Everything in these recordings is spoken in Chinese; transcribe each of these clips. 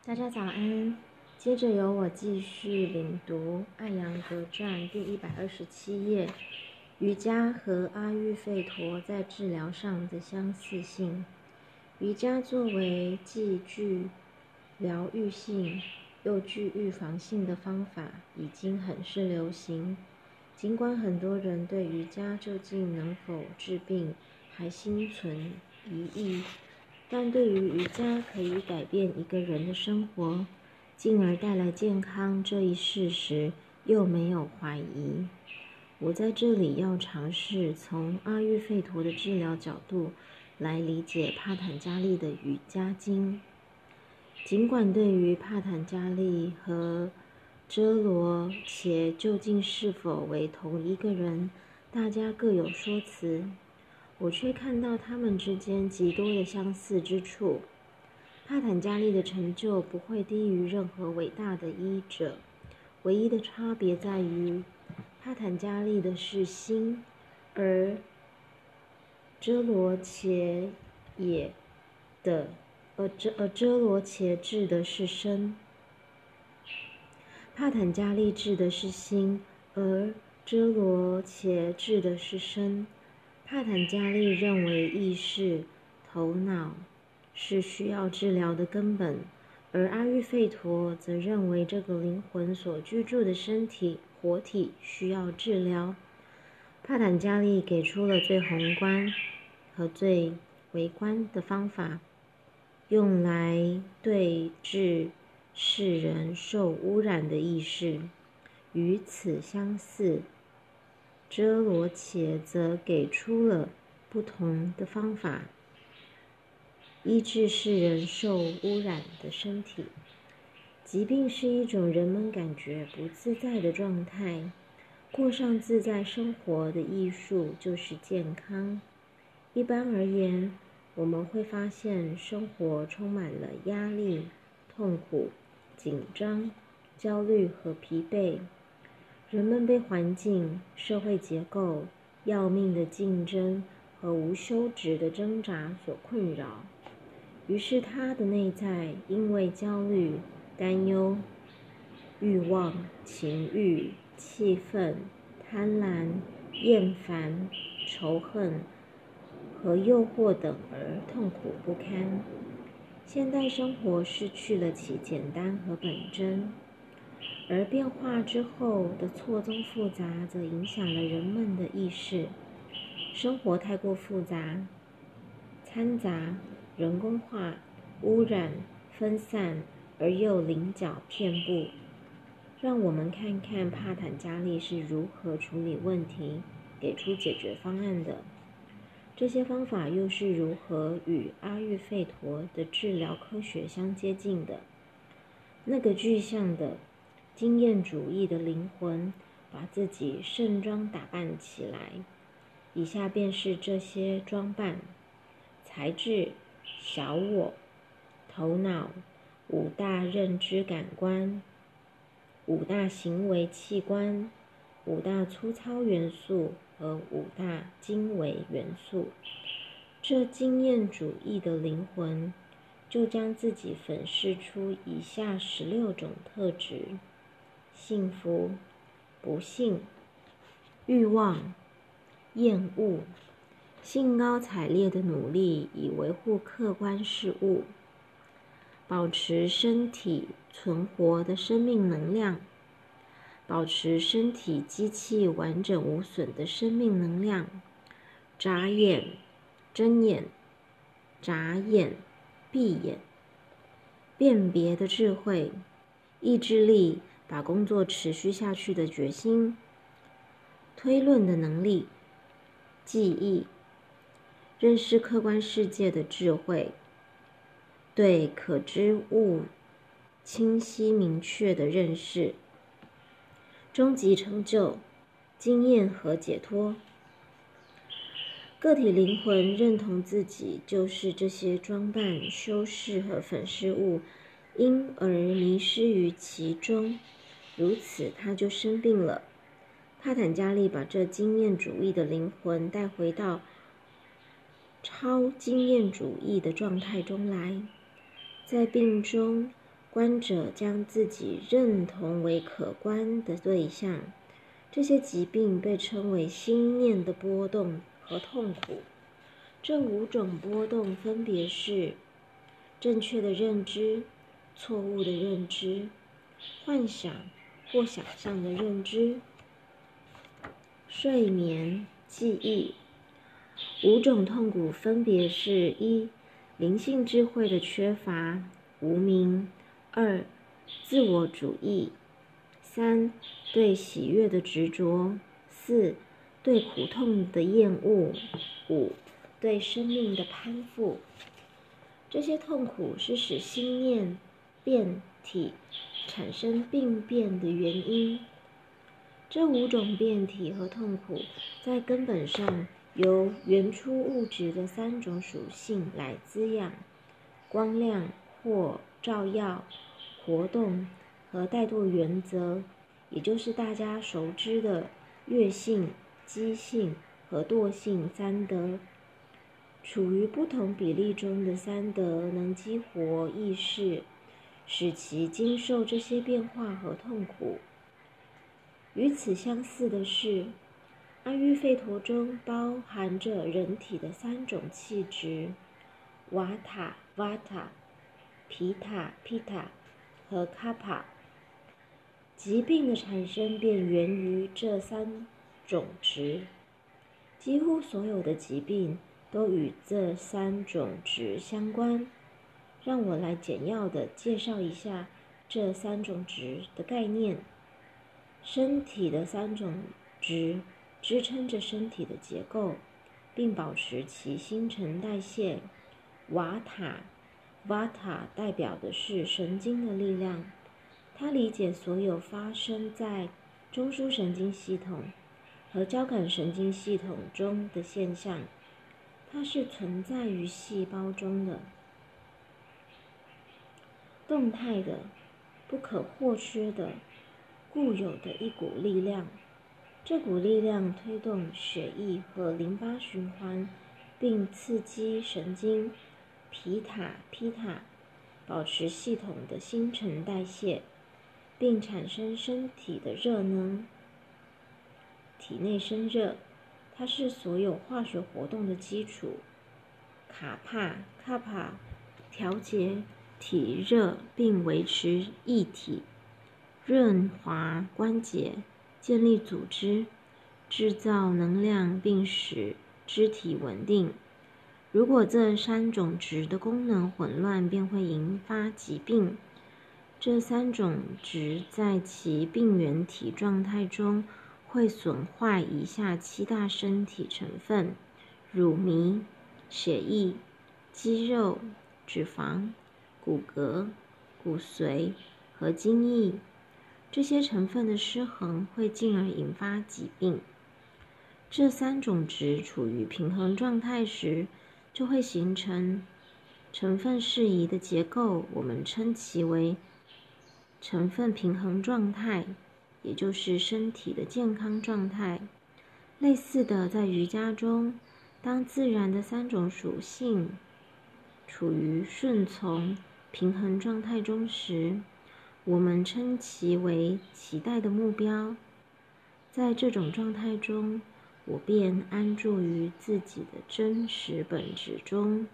大家早安，接着由我继续领读《艾扬格传》第127页，瑜伽和阿育吠陀在治疗上的相似性。瑜伽作为既具疗愈性又具预防性的方法，已经很是流行。尽管很多人对瑜伽究竟能否治病还心存疑义，但对于瑜伽可以改变一个人的生活，进而带来健康这一事实，又没有怀疑。我在这里要尝试从阿育吠陀的治疗角度来理解帕坦加利的瑜伽经。尽管对于帕坦加利和遮罗且究竟是否为同一个人，大家各有说辞，我却看到他们之间极多的相似之处。帕坦加利的成就不会低于任何伟大的医者，唯一的差别在于，帕坦加利的是心，而遮罗且治的是身。帕坦加利治的是心，而遮罗且治的是身。帕坦加利认为意识、头脑是需要治疗的根本，而阿育吠陀则认为这个灵魂所居住的身体、活体需要治疗。帕坦加利给出了最宏观和最微观的方法，用来对治世人受污染的意识。与此相似，遮罗且则给出了不同的方法，医治世人受污染的身体。疾病是一种人们感觉不自在的状态，过上自在生活的艺术就是健康。一般而言，我们会发现生活充满了压力、痛苦、紧张、焦虑和疲惫。人们被环境、社会结构、要命的竞争和无休止的挣扎所困扰，于是他的内在因为焦虑、担忧、欲望、情欲、气愤、贪婪、厌烦、仇恨和诱惑等而痛苦不堪。现代生活失去了其简单和本真，而变化之后的错综复杂则影响了人们的意识。生活太过复杂、掺杂、人工化、污染、分散而又棱角遍布。让我们看看帕坦加利是如何处理问题、给出解决方案的。这些方法又是如何与阿育吠陀的治疗科学相接近的？那个具象的经验主义的灵魂把自己盛装打扮起来，以下便是这些装扮：材质、小我、头脑、五大认知感官、五大行为器官、五大粗糙元素和五大精微元素。这经验主义的灵魂就将自己粉饰出以下16种特质：幸福、不幸、欲望、厌恶、兴高采烈的努力以维护客观事物，保持身体存活的生命能量，保持身体机器完整无损的生命能量，眨眼、睁眼、眨眼、闭眼，辨别的智慧，意志力，把工作持续下去的决心，推论的能力，记忆，认识客观世界的智慧，对可知物清晰明确的认识，终极成就，经验和解脱。个体灵魂认同自己就是这些装扮、修饰和粉饰物，因而迷失于其中，如此他就生病了。帕坦加利把这经验主义的灵魂带回到超经验主义的状态中来，在病中观者将自己认同为可观的对象。这些疾病被称为心念的波动和痛苦。这5种波动分别是：正确的认知、错误的认知、幻想或想象的认知、睡眠、记忆。5种痛苦分别是：1. 灵性智慧的缺乏，无明；2. 自我主义；3. 对喜悦的执着；4. 对苦痛的厌恶；5. 对生命的攀附。这些痛苦是使心念变体产生病变的原因。这5种变体和痛苦在根本上由原初物质的3种属性来滋养：光亮或照耀、活动和怠惰原则，也就是大家熟知的乐性、激性和惰性3德。处于不同比例中的3德能激活意识，使其经受这些变化和痛苦。与此相似的是，阿育吠陀中包含着人体的3种气质：瓦塔 （Vata）、皮塔 （Pitta） 和卡帕。疾病的产生便源于这3种质。几乎所有的疾病都与这3种质相关。让我来简要地介绍一下这3种质的概念。身体的3种质支撑着身体的结构，并保持其新陈代谢。瓦塔 （Vata） 代表的是神经的力量，它理解所有发生在中枢神经系统和交感神经系统中的现象，它是存在于细胞中的、动态的、不可或缺的、固有的一股力量。这股力量推动血液和淋巴循环，并刺激神经皮塔 （Pitta）， 保持系统的新陈代谢，并产生身体的热能。体内生热，它是所有化学活动的基础。卡帕 （Kapha） 调节体热并维持液体，润滑关节，建立组织，制造能量并使肢体稳定。如果这3种质的功能混乱，便会引发疾病。这3种质在其病原体状态中会损坏以下7大身体成分：乳糜、血液、肌肉、脂肪、骨骼、骨髓和精液。这些成分的失衡会进而引发疾病。这3种质处于平衡状态时，就会形成成分适宜的结构，我们称其为成分平衡状态，也就是身体的健康状态。类似的，在瑜伽中，当自然的3种属性处于顺从、平衡状态中时，我们称其为期待的目标。在这种状态中，我便安住于自己的真实本质中。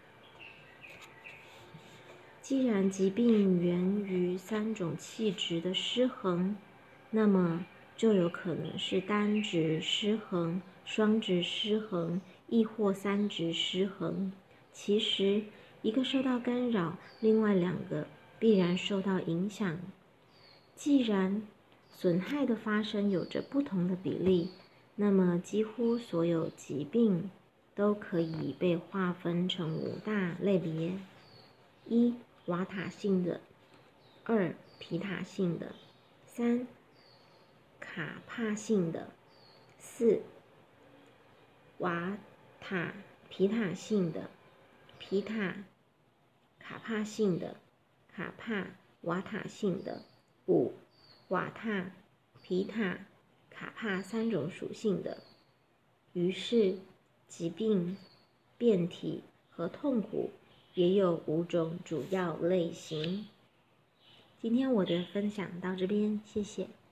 既然疾病源于3种气质的失衡，那么就有可能是单质失衡、双质失衡，亦或3质失衡。其实，一个受到干扰，另外2个必然受到影响。既然损害的发生有着不同的比例，那么几乎所有疾病都可以被划分成5大类别：1. 瓦塔性的；2. 皮塔性的；3. 卡帕性的；4. 瓦塔皮塔性的；皮塔卡帕性的；卡帕瓦塔性的；5. 瓦塔皮塔卡帕3种属性的。于是，疾病、变体和痛苦也有5种主要类型。 今天我的分享到这边，谢谢。